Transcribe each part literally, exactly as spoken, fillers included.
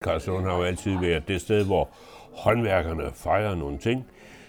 Karlslund har jo altid været det sted, hvor håndværkerne fejrer nogle ting.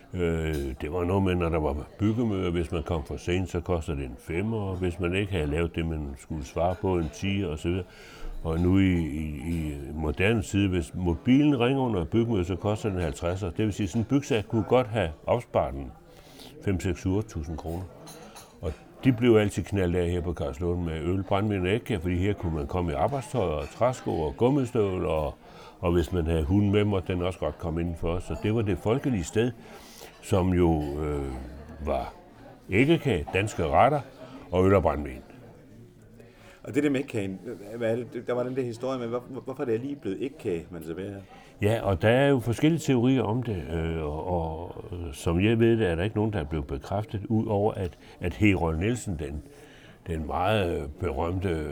Det var noget med, når der var byggemøder, hvis man kom for sent, så kostede det en femmer, og hvis man ikke havde lavet det, man skulle svare på, en tier og så videre. Og nu i, i, i moderne tid, hvis mobilen ringer under byggemødet, så koster den halvtredser. Det vil sige, at sådan en bygsag kunne godt have opsparet den fem, seks, otte tusind kroner. Og de blev altid knaldt af her på Karlslund med øl, brændvin og ægkær, fordi her kunne man komme i arbejdstøj og træsko og gummistøvler, og, og hvis man havde hunden med, måtte den også godt komme indenfor. Så det var det folkelige sted, som jo øh, var æggekage, danske retter og øl og brændvin. Og det der med æggekagen, hvad er det? Der var den der historie med, hvor, hvorfor er det lige blevet æggekage, man serverer her? Ja, og der er jo forskellige teorier om det, øh, og, og som jeg ved det, er der ikke nogen, der er blevet bekræftet, ud over at, at Herold Nielsen, den, den meget berømte, øh,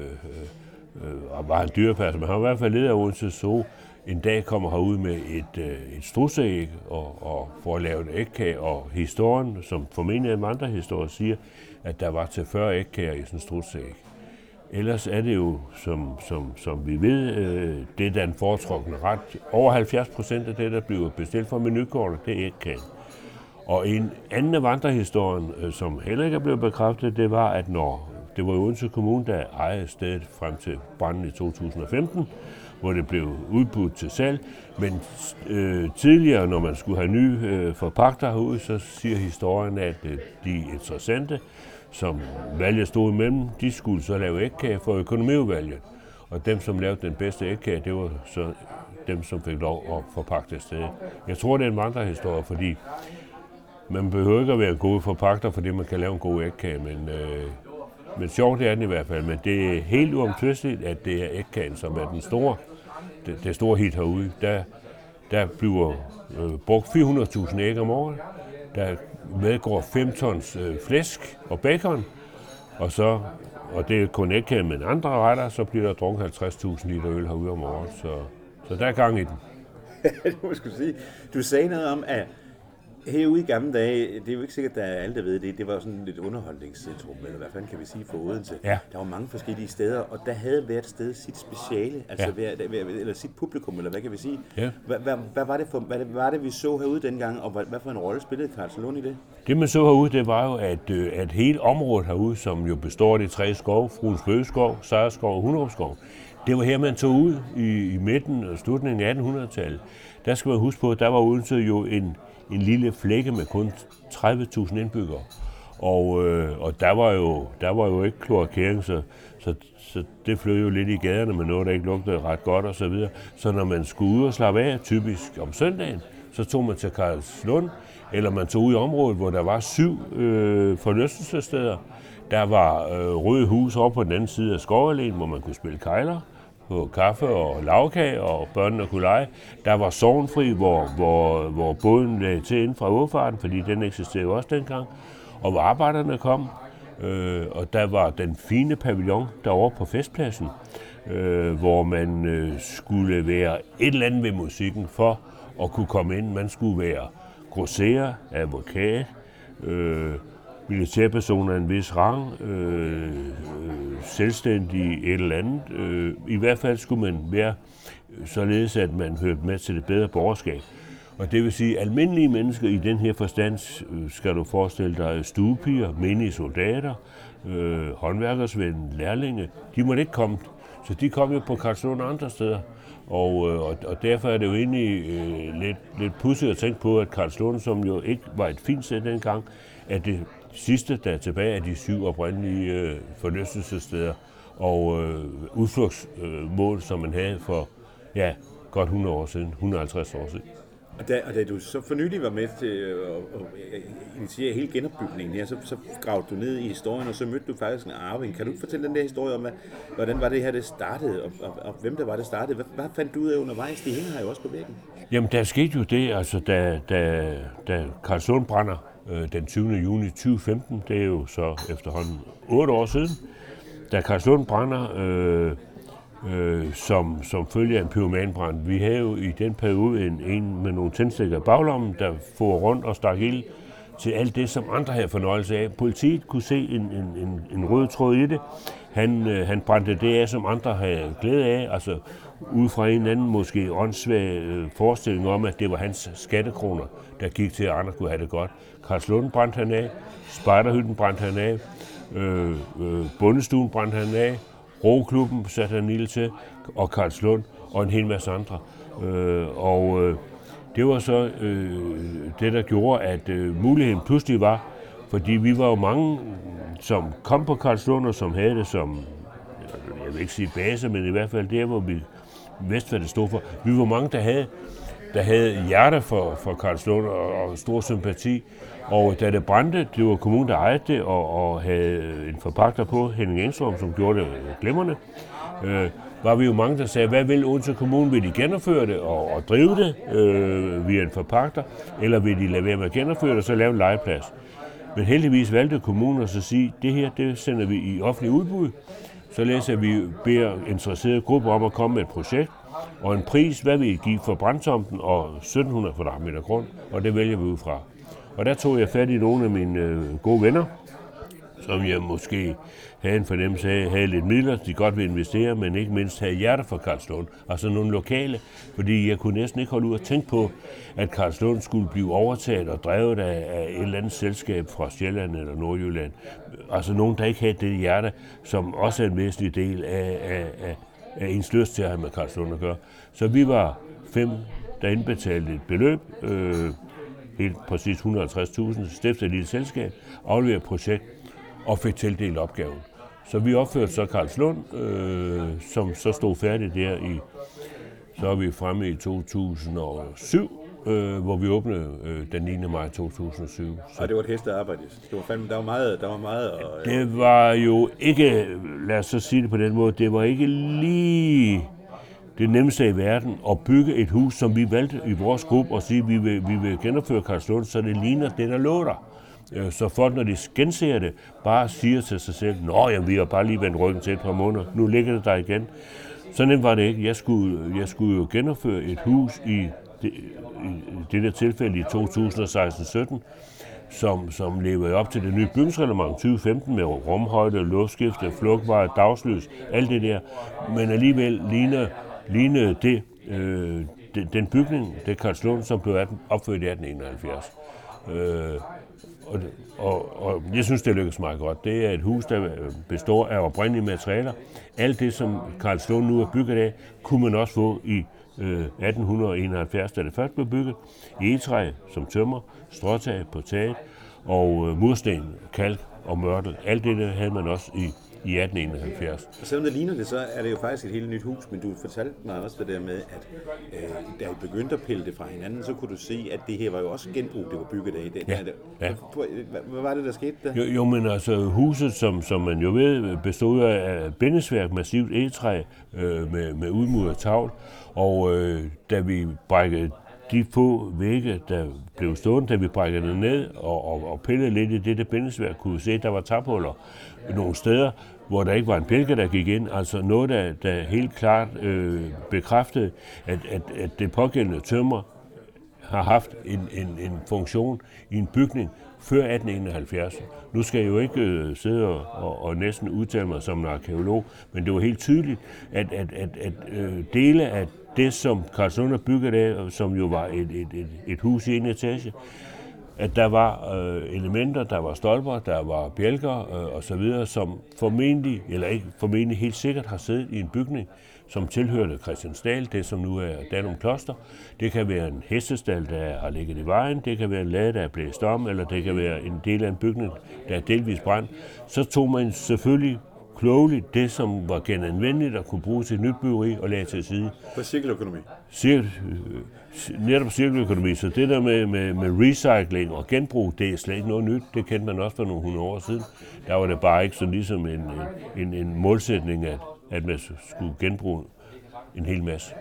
øh, var en dyrepasser, men han var i hvert fald leder af Odense Zoo, en dag kommer herud med et, øh, et strudseæg og, og får lavet ægkage, og historien, som formentlig af andre historier, siger, at der var til fyrre ægkager i sådan en strudseæg. Ellers er det jo, som, som, som vi ved, øh, det er den foretrukne ret. Over halvfjerds procent af det, der bliver bestilt fra menukortet, det er ægkagen. Og en anden af vandrehistorien, øh, som heller ikke er blevet bekræftet, det var, at når det var Odense Kommune, der ejede stedet frem til branden i to tusind og femten, hvor det blev udbudt til salg. Men øh, tidligere, når man skulle have nye øh, forpagter herude, så siger historien, at øh, de interessante, som valget stod imellem, de skulle så lave ægkage for økonomiudvalget. Og dem, som lavede den bedste ægkage, det var så dem, som fik lov at forpagte stedet. Jeg tror, det er en vandrehistorie, fordi man behøver ikke at være en god forpagter, fordi man kan lave en god ægkage, men, øh, men sjovt det er den i hvert fald. Men det er helt uomtvisteligt, at det er ægkagen, som er den store, det, det store hit herude. Der, der bliver øh, brugt fire hundrede tusind æg om året. Der medgår fem tons øh, flæsk og bacon, og så, og det er kun ægkage, men andre retter, så bliver der drukket halvtreds tusind liter øl herude om året, så, så der er gang i den. Det må jeg skulle sige. Du sagde noget om, at herude i gamle dage, det er jo ikke sikkert, at alle der ved det, det var sådan et underholdningscentrum, eller hvad fanden kan vi sige for Odense. Ja. Der var mange forskellige steder, og der havde hvert sted sit speciale, altså ja. hver, eller sit publikum, eller hvad kan vi sige. Ja. Hvad, hvad, hvad, var det for, hvad var det, vi så herude dengang, og hvad, hvad for en rolle spillede Karlslund i det? Det, man så herude, det var jo, at, at hele området herude, som jo består af de tre skove, Fruens Bøgeskov, Sejrskov og Hunderupskov, det var her, man tog ud i, i midten og slutningen af attenhundredetallet. Der skal man huske på, at der var Odense jo en en lille flække med kun tredive tusind indbyggere. Og, øh, og der, var jo, der var jo ikke kloakering, så, så, så det flød jo lidt i gaderne med noget, der ikke lugtede ret godt og så videre. Så når man skulle ud og slappe af, typisk om søndagen, så tog man til Karlslund, eller man tog ud i området, hvor der var syv øh, forlystelsessteder. Der var øh, Røde Hus oppe på den anden side af Skovalén, hvor man kunne spille kejler på kaffe og lavkage, og børnene kunne lege. Der var Sorgenfri, hvor, hvor, hvor båden lagde til inden fra åfarten, fordi den eksisterede også dengang, og hvor arbejderne kom. Øh, og der var den fine pavillon derovre på festpladsen, øh, hvor man øh, skulle være et eller andet ved musikken for at kunne komme ind. Man skulle være grosserer, advokat, øh, militærpersoner af en vis rang, øh, øh, selvstændig et eller andet. Øh, I hvert fald skulle man være således, at man hørte med til det bedre borgerskab. Og det vil sige, at almindelige mennesker i den her forstand, øh, skal du forestille dig, stuepiger, menige soldater, øh, håndværkersvende, lærlinge, de måtte ikke komme. Så de kom jo på Karlslund og andre steder. Og, øh, og, og derfor er det jo egentlig øh, lidt, lidt pudsigt at tænke på, at Karlslund, som jo ikke var et fint sted dengang, at det sidste, der er tilbage, af de syv oprindelige øh, forlystelsessteder og øh, udflugtsmål, øh, som man havde for ja, godt hundrede år siden, et hundrede og halvtreds år siden. Og da, og da du så for nylig var med til at, at initiere hele genopbygningen her, så, så gravede du ned i historien, og så mødte du faktisk en arving. Kan du fortælle den der historie om, hvad, hvordan var det her, det startede, og, og, og hvem der var, det startede? Hvad, hvad fandt du ud af undervejs? De hænger her jo også på væggen. Jamen, der skete jo det, altså da, da, da Karlslund brænder øh, den tyvende juni tyve femten, det er jo så efterhånden otte år siden, da Karlslund brænder, øh, Øh, som, som følge af en pyromanbrand. Vi havde jo i den periode en, en med nogle tændstikker i baglommen, der for rundt og stak ild til alt det, som andre havde fornøjelse af. Politiet kunne se en, en, en, en rød tråd i det. Han, øh, han brændte det af, som andre havde glæde af. Altså ud fra en eller anden måske åndssvag øh, forestilling om, at det var hans skattekroner, der gik til, at andre kunne have det godt. Karlslund brændte han af, Spejderhytten brændte han af, øh, øh, Bondestuen brændte han af, Roklubben satte han ild til, og Karlslund og en hel masse andre. Øh, og øh, det var så øh, det, der gjorde, at øh, muligheden pludselig var, fordi vi var jo mange, som kom på Karlslund, og som havde det som, jeg vil ikke sige base, men i hvert fald der, hvor vi vidste, hvad det stod for. Vi var mange, der havde, der havde hjerte for, for Karlslund og, og stor sympati. Og da det brændte, det var kommunen, der ejede det, og, og havde en forpagter på, Henning Engstrøm, som gjorde det glimrende, øh, var vi jo mange, der sagde, hvad vil Odense Kommune? Vil de gennemføre det og, og drive det øh, via en forpagter, eller vil de lade være med at gennemføre det og så lave en legeplads? Men heldigvis valgte kommunen at sige, det her det sender vi i offentlig udbud. Så læser vi beder interesserede grupper om at komme med et projekt, og en pris, hvad vi give for brandtomten og sytten hundrede kvadratmeter grund, og det vælger vi ud fra. Og der tog jeg fat i nogle af mine øh, gode venner, som jeg måske havde en fornemmelse af, havde lidt midler, de godt ville investere, men ikke mindst havde hjerte for Karlslund, altså nogle lokale, fordi jeg kunne næsten ikke holde ud at tænke på, at Karlslund skulle blive overtaget og drevet af, af et eller andet selskab fra Sjælland eller Nordjylland. Altså nogen, der ikke havde det hjerte, som også er en væsentlig del af, af, af, af ens lyst til at have med Karlslund at gøre. Så vi var fem, der indbetalte et beløb, øh, helt præcis et hundrede og halvtreds tusind, stiftede et lille selskab, afleverede et projekt og fik tildelt opgaven. Så vi opførte så Karlslund, øh, som så stod færdigt der i, så er vi fremme i to tusind og syv, øh, hvor vi åbnede øh, den niende maj to tusind og syv. Så og det var et hestearbejde. Det var fandme, der var meget, der var meget. Og, øh. Det var jo ikke, lad os så sige det på den måde, det var ikke lige det nemmeste i verden at bygge et hus, som vi valgte i vores gruppe og sige, at vi vil, vi vil genopføre Karlslund, så det ligner det, der lå der. Så folk, når de genser det, bare siger til sig selv, nå, jamen, vi har bare lige vendt ryggen til et par måneder, nu ligger det der igen. Så nemt var det ikke. Jeg skulle, jeg skulle jo genopføre et hus i det, i det der tilfælde i to tusind og seksten sytten, som, som levede op til det nye bygningsreglement tyve femten med rumhøjde, luftskifte, flugtveje, dagslys, alt det der. Men alligevel ligner, ligner det, øh, den bygning, det Karlslund, som blev opført i atten enoghalvfjerds. Øh, Og, og, og jeg synes, det lykkes meget godt. Det er et hus, der består af oprindelige materialer. Alt det, som Karlslund nu er bygget af, kunne man også få i øh, atten enoghalvfjerds, da det først blev bygget. Egetræ som tømmer, stråtag på taget og øh, mursten, kalk og mørtel. Alt det der havde man også i i atten enoghalvfjerds. Og selvom det ligner det, så er det jo faktisk et helt nyt hus, men du fortalte mig også det der med, at øh, da I begyndte at pille det fra hinanden, så kunne du se, at det her var jo også genbrug, det var bygget af. Det, ja, ja. Hvad, hvad var det, der skete der? Jo, jo men altså huset, som, som man jo ved, bestod af bindesværk, massivt egetræ øh, med, med udmuret tavl, og øh, da vi brækkede de få vægge, der blev stående, da vi brækkede det ned og, og, og pillede lidt i det der bindesværk, kunne vi se, at der var taphuller nogle steder, hvor der ikke var en bjælke, der gik ind. Altså noget, der, der helt klart øh, bekræftede, at, at, at det pågældende tømmer har haft en, en, en funktion i en bygning før atten enoghalvfjerds. Nu skal jeg jo ikke øh, sidde og, og, og næsten udtale mig som en arkeolog, men det var helt tydeligt, at, at, at, at øh, dele af det, som Karlslund er bygget af, som jo var et, et, et, et hus i en etage, at der var øh, elementer, der var stolper, der var bjælker øh, osv., som formentlig, eller ikke formentlig helt sikkert har siddet i en bygning, som tilhørte Christiansdal, det som nu er Dalum Kloster. Det kan være en hestestal, der har ligget i vejen, det kan være en lade, der er blæst om, eller det kan være en del af en bygning, der er delvis brændt. Så tog man selvfølgelig klogeligt det, som var genanvendeligt og kunne bruges til et nyt byggeri og lagde til side. For cirkeløkonomi? Cirkel, netop cirkeløkonomi, så det der med, med, med recycling og genbrug, det er slet ikke noget nyt. Det kendte man også for nogle hundrede år siden. Der var det bare ikke sådan ligesom en, en, en målsætning, at, at man skulle genbruge en hel masse.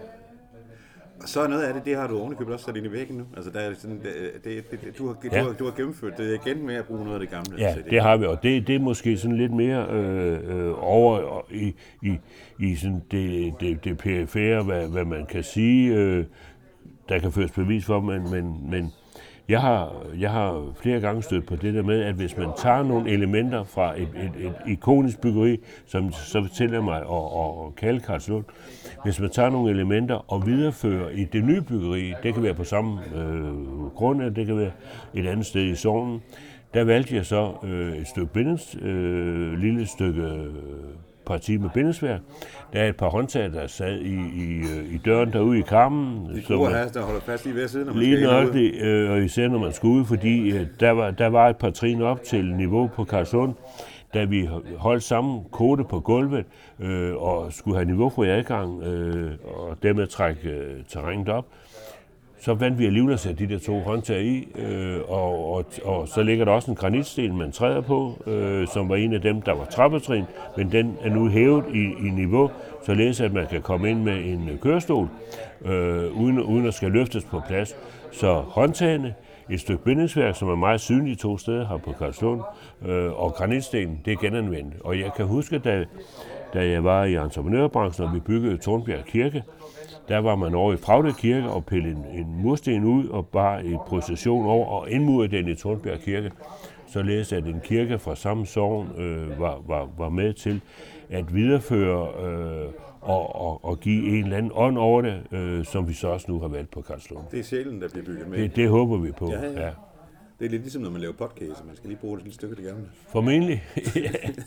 Og så noget af det, det har du ovenikøbet også sat ind i væggen nu. Altså, der er sådan, det, det, det, du, har, ja. du, har, du har gennemført det igen med at bruge noget af det gamle. Ja, det, det har vi, og det, det er måske sådan lidt mere øh, øh, over i, i, i sådan det, det, det perifære, hvad, hvad man kan sige, øh, der kan føres bevis for, men, men, men Jeg har, jeg har flere gange stødt på det der med, at hvis man tager nogle elementer fra et, et, et ikonisk byggeri, som så tillader mig at, at, at kalde Karlslund, hvis man tager nogle elementer og viderefører i det nye byggeri, det kan være på samme øh, grund, det kan være et andet sted i sognen, der valgte jeg så øh, et stykke bindes, øh, lille stykke øh, parti med bindesværk. Der er et par håndtag, der sad i, i, i døren derude i karmen. Det er gode has, der holder fast lige ved siden, når man lige skal nok det, øh, og især når man skulle ud, fordi øh, der, var, der var et par trin op til niveau på Karlslund, da vi holdt samme kode på gulvet øh, og skulle have niveaufri adgang øh, og dermed trække øh, terrænet op. Så vandt vi alligevel at sætte de der to håndtag i, øh, og, og, og så ligger der også en granitsten, man træder på, øh, som var en af dem, der var trappetrin, men den er nu hævet i, i niveau, således at man kan komme ind med en kørestol, øh, uden, uden at skal løftes på plads. Så håndtagene, et stykke bindingsværk, som er meget synligt to steder her på Karlslund, øh, og granitstenen, det er genanvendt. Og jeg kan huske, da, da jeg var i entreprenørbranchen, og vi byggede Tornbjerg Kirke, der var man over i Fragte Kirke og pille en, en mursten ud og bare i procession over og indmurede den i Tornbjerg Kirke, således at en kirke fra samme sogn øh, var, var, var med til at videreføre øh, og, og, og give en eller anden ånd over det, øh, som vi så også nu har valgt på Karlslund. Det er sjælen, der bliver bygget med. Det, det håber vi på, ja. ja. ja. Det er lidt ligesom, når man laver podcast, man skal lige bruge et lille stykke af det gamle. Formentlig, ja.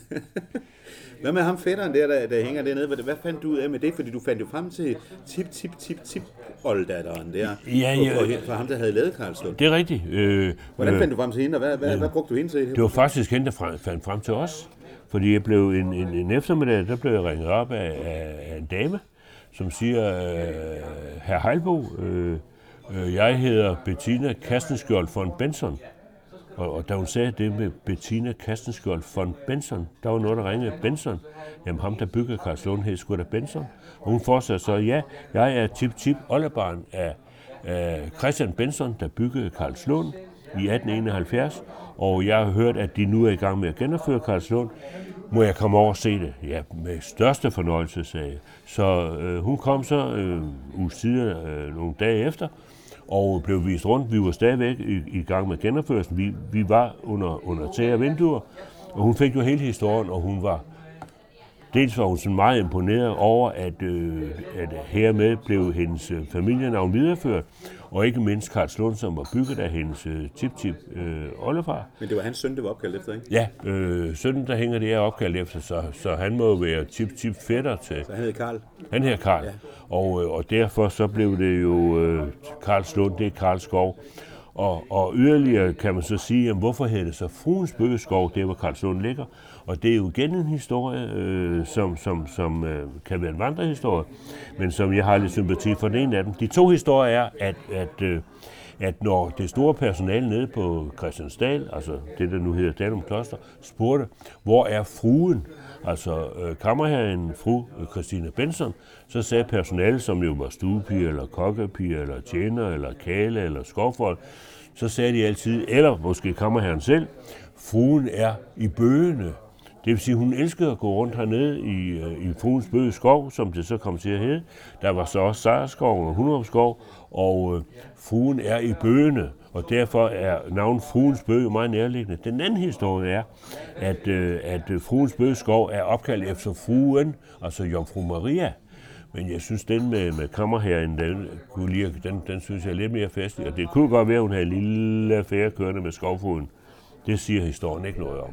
Hvad med ham fætteren der, der, der hænger dernede? Hvad, hvad fandt du ud af med det? Fordi du fandt jo frem til tip, tip, tip, tip oldatteren der. Ja, ja. For, for ham, der havde lavet Karlslund. Det er rigtigt. Øh, Hvordan fandt du frem til hende, og hvad, hvad, øh, hvad brugte du hende til? Det var faktisk hende, der fandt frem til os. Fordi jeg blev en, en, en eftermiddag, der blev jeg ringet op af, af, af en dame, som siger, øh, herr Heilbo, øh, øh, jeg hedder Bettina Kastenskjold von Benson. Og, og da hun sagde det med Bettina Kastenskjold von Benson, der var noget, der ringede Benson. Jamen ham, der byggede Karlslund, hed sgu da Benson. Og hun fortsatte så, ja, jeg er tip-tip oldebarn af, af Christian Benson, der byggede Karlslund i atten enoghalvfjerds. Og jeg har hørt, at de nu er i gang med at genopføre Karlslund. Må jeg komme over og se det? Ja, med største fornøjelse, sagde jeg. Så øh, hun kom så øh, uge siden, øh, nogle dage efter, og blev vist rundt. Vi var stadigvæk i, i gang med genopførelsen. Vi, vi var under, under tag og vinduer, og hun fik jo hele historien, og hun var, dels var hun sådan meget imponeret over, at, øh, at hermed blev hendes familienavn videreført, og ikke mindst Karlslund, som var bygget af hendes øh, tip-tip øh, oldefar. Men det var hans søn, det var opkaldt efter, ikke? Ja, øh, sønnen, der hænger det her opkaldt efter, så, så han må jo være tip-tip-fætter til. Så han hed Karl? Han hedder Karl, ja. og, øh, og derfor så blev det jo øh, Karlslund, det er Karl Skov. Og, og yderligere kan man så sige, jamen, hvorfor hedder det så Fruens Bøgeskov, det hvor Karlslund ligger? Og det er jo igen en historie, øh, som, som, som øh, kan være en vandrehistorie, men som jeg har lidt sympati for den ene af dem. De to historier er, at, at, øh, at når det store personale nede på Christiansdal, altså det der nu hedder Dalum Kloster, spurgte, hvor er fruen? Altså øh, kammerherren, fru øh, Christine Benson, så sagde personale, som jo var stuepiger, eller kokkepiger, eller tjener, eller kale, eller skovfolk, så sagde de altid, eller måske kammerherren selv, fruen er i bøgene. Det vil sige, hun elskede at gå rundt hernede i, i Fruens Bøgeskov, som det så kom til at hedde. Der var så også Sejrskov og Hundrupskov, og øh, fruen er i bøgene, og derfor er navnet Fruens Bøge meget nærliggende. Den anden historie er, at, øh, at Fruens Bøgeskov er opkaldt efter fruen, altså Jomfru Maria. Men jeg synes, den med, med kammerherren, den, den, den synes jeg er lidt mere festlig, og det kunne godt være, at hun havde en lille affære kørende med skovfoden. Det siger historien ikke noget om.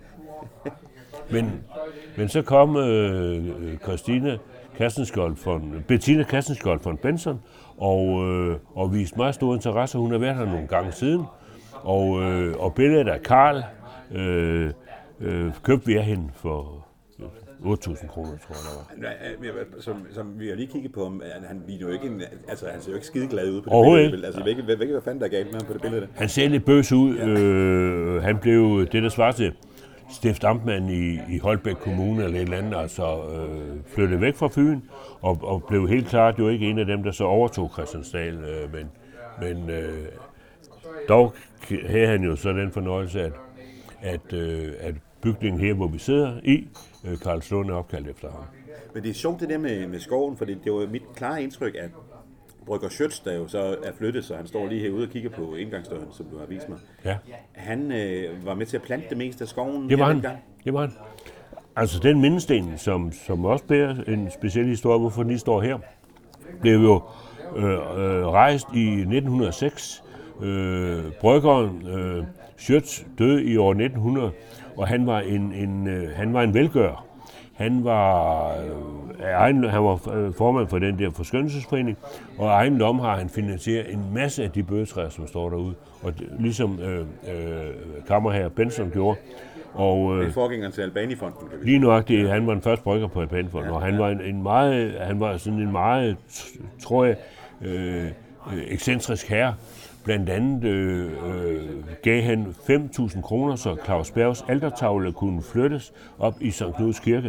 Men, men så kom øh, Christine Kastenskjold von, Bettina Kastenskjold von Benson og, øh, og viste meget stor interesse. Hun har været her nogle gange siden. Og, øh, og billedet af Karl øh, øh, købte vi af hende for otte tusind kroner, tror jeg, der var. Som, som vi har lige kigget på, han, han ligner jo ikke en, altså han ser jo ikke skideglad ud på det Overhovedet billede. Altså, jeg ved ikke, hvad fanden der er galt med ham på det billede der. Han ser lidt bøs ud. Ja. Øh, han blev det, der svarer til stiftamtmand i, i Holbæk Kommune eller et eller andet, altså øh, flyttede væk fra Fyn, og, og blev helt klart jo ikke en af dem, der så overtog Christiansdal, øh, men, men øh, dog havde han jo så den fornøjelse, at, at, øh, at bygningen her, hvor vi sidder i, øh, Karlslund er opkaldt efter ham. Men det er sjovt det der med, med skoven, for det, det var mit klare indtryk, at Brygger Schütz, der jo så er flyttet, så han står lige herude og kigger på indgangsdøren, som du har vist mig. Ja. Han øh, var med til at plante det meste af skoven. Det var han. Dengang. Det var han. Altså den mindesten, som, som også bærer en speciel historie, hvorfor den lige står her, blev jo øh, øh, rejst i nitten hundrede og seks. Øh, bryggeren øh, Schütz døde i år nitten hundrede, og han var en, en, øh, han var en velgører. Han var, øh, egen, han var formand for den der forskønnelsesforening, og af egen lomme har han finansieret en masse af de bøgetræer, som står derude. Og det, ligesom øh, øh, kammerherre Benson gjorde. Og, øh, det er forgængeren til Albani-fonden. Kan vi lige nøjagtigt, han var den første brygger på Albani-fonden, ja, og han var en, en meget, han var sådan en meget, tror jeg, øh, ekscentrisk herre. Blandt andet øh, øh, gav han fem tusind kroner, så Claus Bergs altertavle kunne flyttes op i Sankt Knuds Kirke.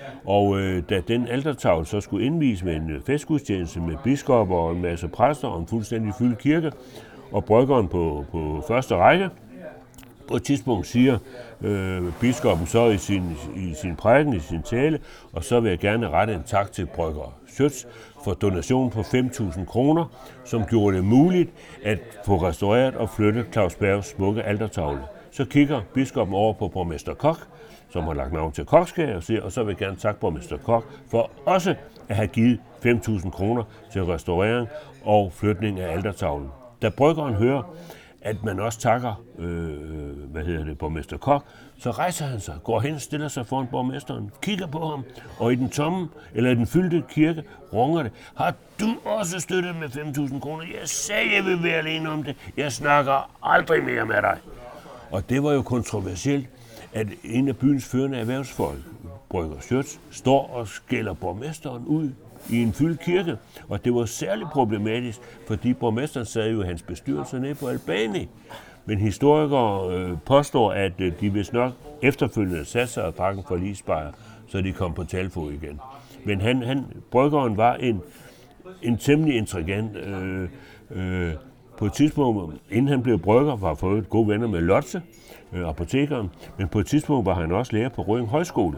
Og øh, da den altertavle så skulle indvies med en festgudstjeneste med biskopper og en masse præster og en fuldstændig fyldt kirke, og bryggeren på, på første række, på et tidspunkt siger øh, biskoppen så i sin, i sin prædiken, i sin tale, og så vil jeg gerne rette en tak til brygger Schütz for donationen på fem tusind kroner, som gjorde det muligt at få restaureret og flytte Claus Bergs smukke altertavle. Så kigger biskoppen over på borgmester Koch, som har lagt navn til Kochskær, og siger, og så vil jeg gerne takke borgmester Koch for også at have givet fem tusind kroner til restaurering og flytning af altertavlen. Da bryggeren hører, at man også takker, øh, hvad hedder det, borgmester Koch, så rejser han sig, går hen, stiller sig foran borgmesteren, kigger på ham, og i den tomme, eller i den fyldte kirke, runger det. Har du også støttet med fem tusind kroner? Jeg sagde, jeg vil være alene om det. Jeg snakker aldrig mere med dig. Og det var jo kontroversielt, at en af byens førende erhvervsfolk, Brygger Schütz, står og skælder borgmesteren ud i en fyldt kirke, og det var særligt problematisk, fordi borgmesteren sad jo i hans bestyrelse nede på Albani. Men historikere øh, påstår, at øh, de vist nok efterfølgende satte sig af pakken for Liesbeyer, så de kom på talfod igen. Men han, han, bryggeren var en, en temmelig intrigant. Øh, øh, på et tidspunkt, inden han blev brygger, var for øvrigt gode venner med Lotse, øh, apotekeren, men på et tidspunkt var han også lærer på Rødding Højskole.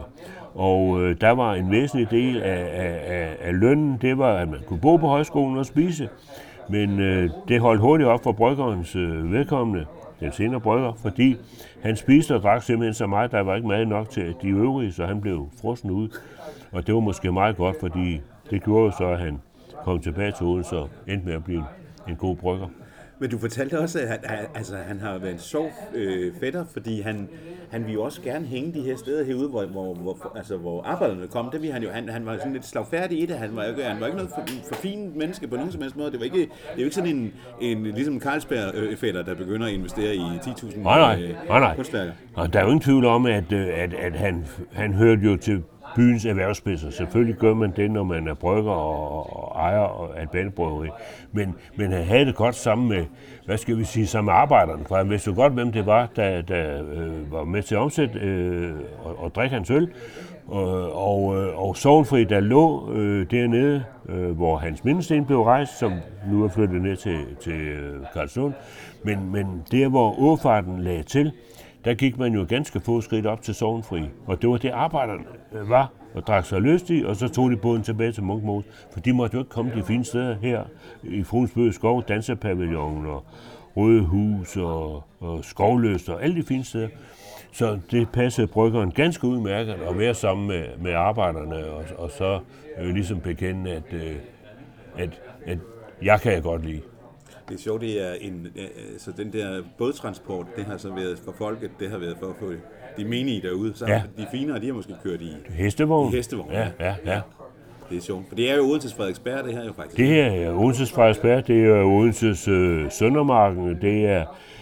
Og øh, der var en væsentlig del af, af, af lønnen, det var, at man kunne bo på højskolen og spise. Men øh, det holdt hurtigt op for bryggerens øh, vedkommende, den senere brygger, fordi han spiste og drak simpelthen så meget, der var ikke mad nok til de øvrige, så han blev frossen ud. Og det var måske meget godt, fordi det gjorde jo så, at han kom tilbage til Odense og endte med at blive en god brygger. Men du fortalte også, at han, altså, han har været en sjov øh, fætter, fordi han, han ville jo også gerne hænge de her steder herude, hvor, hvor, hvor, altså, hvor arbejderne kom. Det ville han jo. Han, han var sådan lidt slagfærdig i det. Han var, han var ikke noget for, for fint menneske på nogen som helst måde. Det var ikke, det er jo ikke sådan en, en ligesom Carlsberg-fætter, der begynder at investere i ti tusind nej, nej, nej. kunstværker. Og der er jo ingen tvivl om, at, at, at han, han hørte jo til byens erhvervsspidser. Selvfølgelig gør man det, når man er brygger og, og ejer af et bandebryggeri. Men, men han havde det godt sammen med, hvad skal vi sige, sammen med arbejderne. For han vidste jo godt, hvem det var, der, der øh, var med til at omsætte øh, og, og drikke hans øl. Og, og, og Sorgenfri, der lå øh, dernede, øh, hvor hans mindesten blev rejst, som nu er flyttet ned til, til øh, Karlsund. Men, men der, hvor åfarten lagde til, der gik man jo ganske få skridt op til Sorgenfri. Og det var det, arbejderne var og drak sig lyst i, og så tog de båden tilbage til Munkmose. For de måtte jo ikke komme de fine steder her i Fruensbø Skov, Dansepavillonen og Røde Hus og, og Skovløst og alle de fine steder. Så det passede bryggeren ganske udmærket at være sammen med, med arbejderne og, og så øh, ligesom bekende, at, øh, at, at jeg kan jeg godt lide. Det er sjovt, det er en, så den der bådtransport, det har så været for folket, det har været for at få de menige derude. Så ja. De finere, de har måske kørt i hestevogn. I hestevogn. Ja, ja, ja. Det er sjovt. For det er jo Odenses Frederiksberg, det her jo faktisk. Det her er Odenses Frederiksberg, det er Odenses øh, Søndermarken, det er,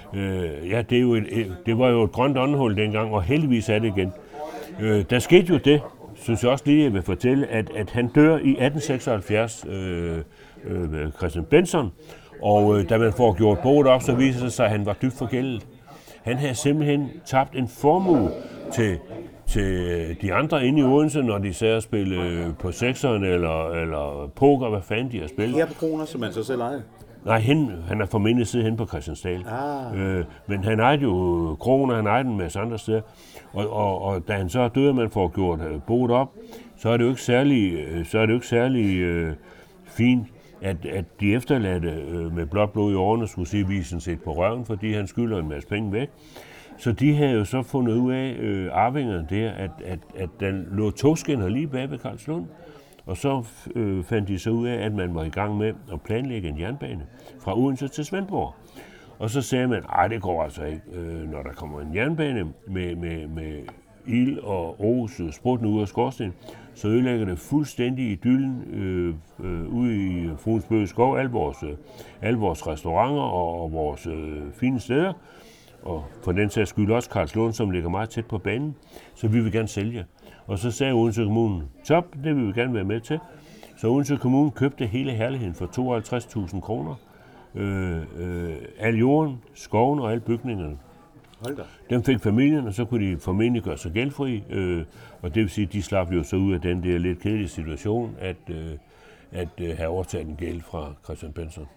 øh, ja, det er jo et, det var jo et grønt åndehul dengang, og heldigvis er det igen. Øh, der skete jo det, synes jeg også lige, jeg vil fortælle, at, at han dør i atten seksoghalvfjerds, øh, øh, Christian Benson, og øh, da man får gjort boet op, så viser det sig, at han var dybt forgældet. Han havde simpelthen tabt en formue til, til de andre inde i Odense, når de sad og spille på sekseren eller, eller poker, hvad fanden de har spillet. Her på kroner, som man så selv ejede? Nej, hen, han er formentlig siddet hen på Christiansdal. Ah. Øh, men han ejede jo kroner, han ejede den med andre steder. Og, og, og da han så er død, man får gjort boet op, så er det jo ikke særlig, så er det jo ikke særlig øh, fint. at, at de efterladte øh, med blåt blod i årene skulle se visen set på røven, fordi han skylder en masse penge væk. Så de havde jo så fundet ud af, øh, arvingerne der, at, at, at der lå togskinner lige bag ved Karlslund. Og så øh, fandt de så ud af, at man var i gang med at planlægge en jernbane fra Odense til Svendborg. Og så sagde man, at det går altså ikke, øh, når der kommer en jernbane med, med, med ild og os sprutten ud af skorsten, så ødelægger det fuldstændig idyllen øh, øh, ude i Fruensbøge Skov, alle vores, øh, alle vores restauranter og, og vores øh, fine steder, og for den sags skyld også Karlslund, som ligger meget tæt på banen, så vi vil gerne sælge. Og så sagde Odense Kommune, top, det vil vi gerne være med til. Så Odense Kommune købte hele herligheden for tooghalvtreds tusind kroner. Øh, øh, al jorden, skoven og alle bygningerne. Hold da. Dem fik familien, og så kunne de formentlig gøre sig gældfri. Øh, og det vil sige, at de slap jo så ud af den der lidt kedelige situation, at, øh, at øh, have overtaget en gæld fra Christian Benson.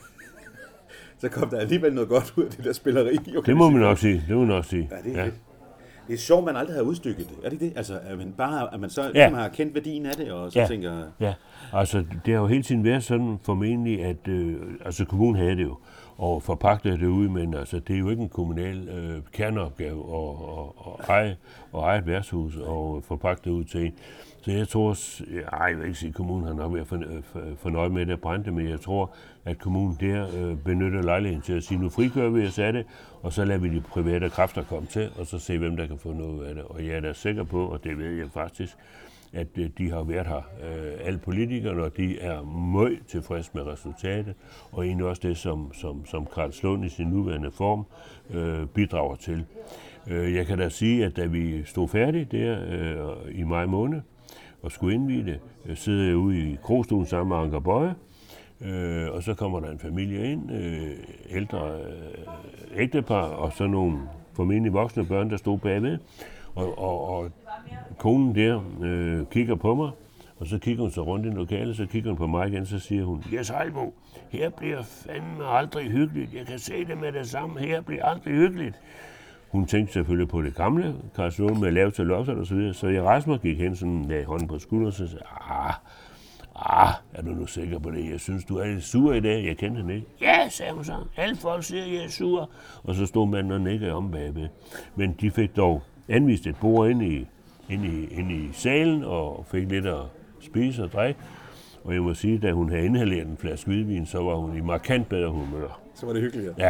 Så kom der alligevel noget godt ud af det der spilleri. Det må man nok sige. Det må man nok sige. Ja, det er ja. fedt. Det er sjovt, man aldrig har udstykket det. Er det det? Altså, at man bare at man så ja. har kendt værdien af det, og så ja. tænker... Ja, altså det har jo hele tiden været sådan formentlig, at øh, altså kommunen havde det jo, og forpagtede det ud, men altså det er jo ikke en kommunal øh, kerneopgave at, at, at eje, at eje et værtshus og forpagte det ud til en. Så jeg tror, ej, jeg vil ikke sige, at kommunen har nok været fornøjet med det at brænde det, men jeg tror, at kommunen der øh, benytter lejligheden til at sige, nu frigør vi os af det, og så lader vi de private kræfter komme til, og så se, hvem der kan få noget af det. Og jeg er da sikker på, og det ved jeg faktisk, at øh, de har været her, øh, alle politikerne, og de er meget tilfredse med resultatet, og egentlig også det, som, som, som Karlslund i sin nuværende form øh, bidrager til. Øh, jeg kan da sige, at da vi stod færdige der øh, i maj måned, og skulle indvide det, øh, sidder jeg ude i krogstolen sammen med Anker Bøje, øh, og så kommer der en familie ind, øh, ældre øh, ægtepar, og så nogle formentlig voksne børn, der stod bagved, og, og, og konen der øh, kigger på mig, og så kigger hun så rundt i lokalet, så kigger hun på mig igen, så siger hun, Jes Heilbo, her bliver fandme aldrig hyggeligt, jeg kan se det med det samme, her bliver aldrig hyggeligt. Hun tænkte selvfølgelig på det gamle Karlslund med lav til lofter og så videre, så jeg rejste mig og gik hen, sådan lagde hånden på skulderen og så sagde, ah, ah, er du nu sikker på det? Jeg synes, du er lidt sur i dag, jeg kendte hende ikke. Ja, sagde hun så, alle folk siger, jeg er sur. Og så stod manden og nikkede om bagved. Men de fik dog anvist et bord ind i, ind i, ind i salen og fik lidt at spise og drikke. Og jeg må sige, da hun havde inhaleret en flaske hvidvin, så var hun i markant bedre humør. Så var det hyggeligt. Ja.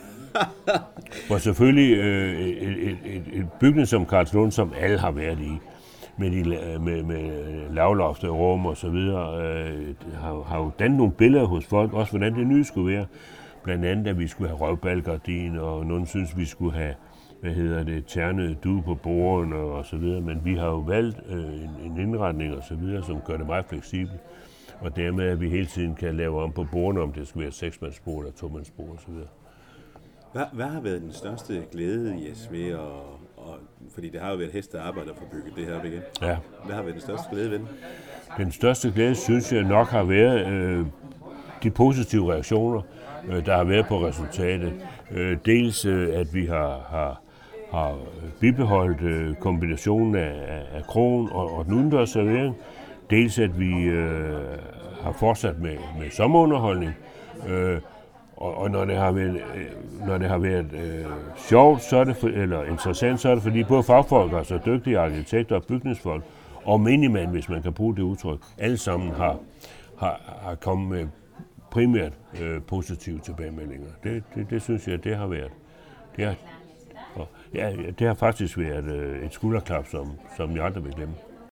For selvfølgelig øh, et, et, et, et bygning som Karlslund, som alle har været i, med, de, med, med lavloftet, rum og så videre, øh, har, har jo dannet nogle billeder hos folk, også hvordan det nye skulle være. Blandt andet, at vi skulle have røvbalgardin, og nogen synes, vi skulle have, hvad hedder det, ternede due på bordene og så videre. Men vi har jo valgt øh, en, en indretning og så videre, som gør det meget fleksibelt. Og dermed, at vi hele tiden kan lave om på bordene, om det skal være seksmandsbord eller tomandsbord og så videre. Hvad, hvad har været den største glæde, Jes, ved at, og, fordi det har jo været hest og arbejde at få bygget det her op igen. Ja. Hvad har været den største glæde ved den? Den største glæde, synes jeg nok har været øh, de positive reaktioner, øh, der har været på resultatet. Øh, dels, øh, at vi har, har, har bibeholdt øh, kombinationen af, af, af krogen og, og den udendørs servering. Dels, at vi øh, har fortsat med, med sommerunderholdning. Øh, Og, og når det har været, øh, når det har været øh, sjovt, så er det for, eller interessant, så er det fordi både fagfolk, altså dygtige arkitekter og bygningsfolk, og minimand, hvis man kan bruge det udtryk, alle sammen har, har, har kommet med primært øh, positive tilbagemeldinger. Det, det, det synes jeg, det har været. Det har, og, ja, det har faktisk været øh, et skulderklap, som, som jeg aldrig vil glemme.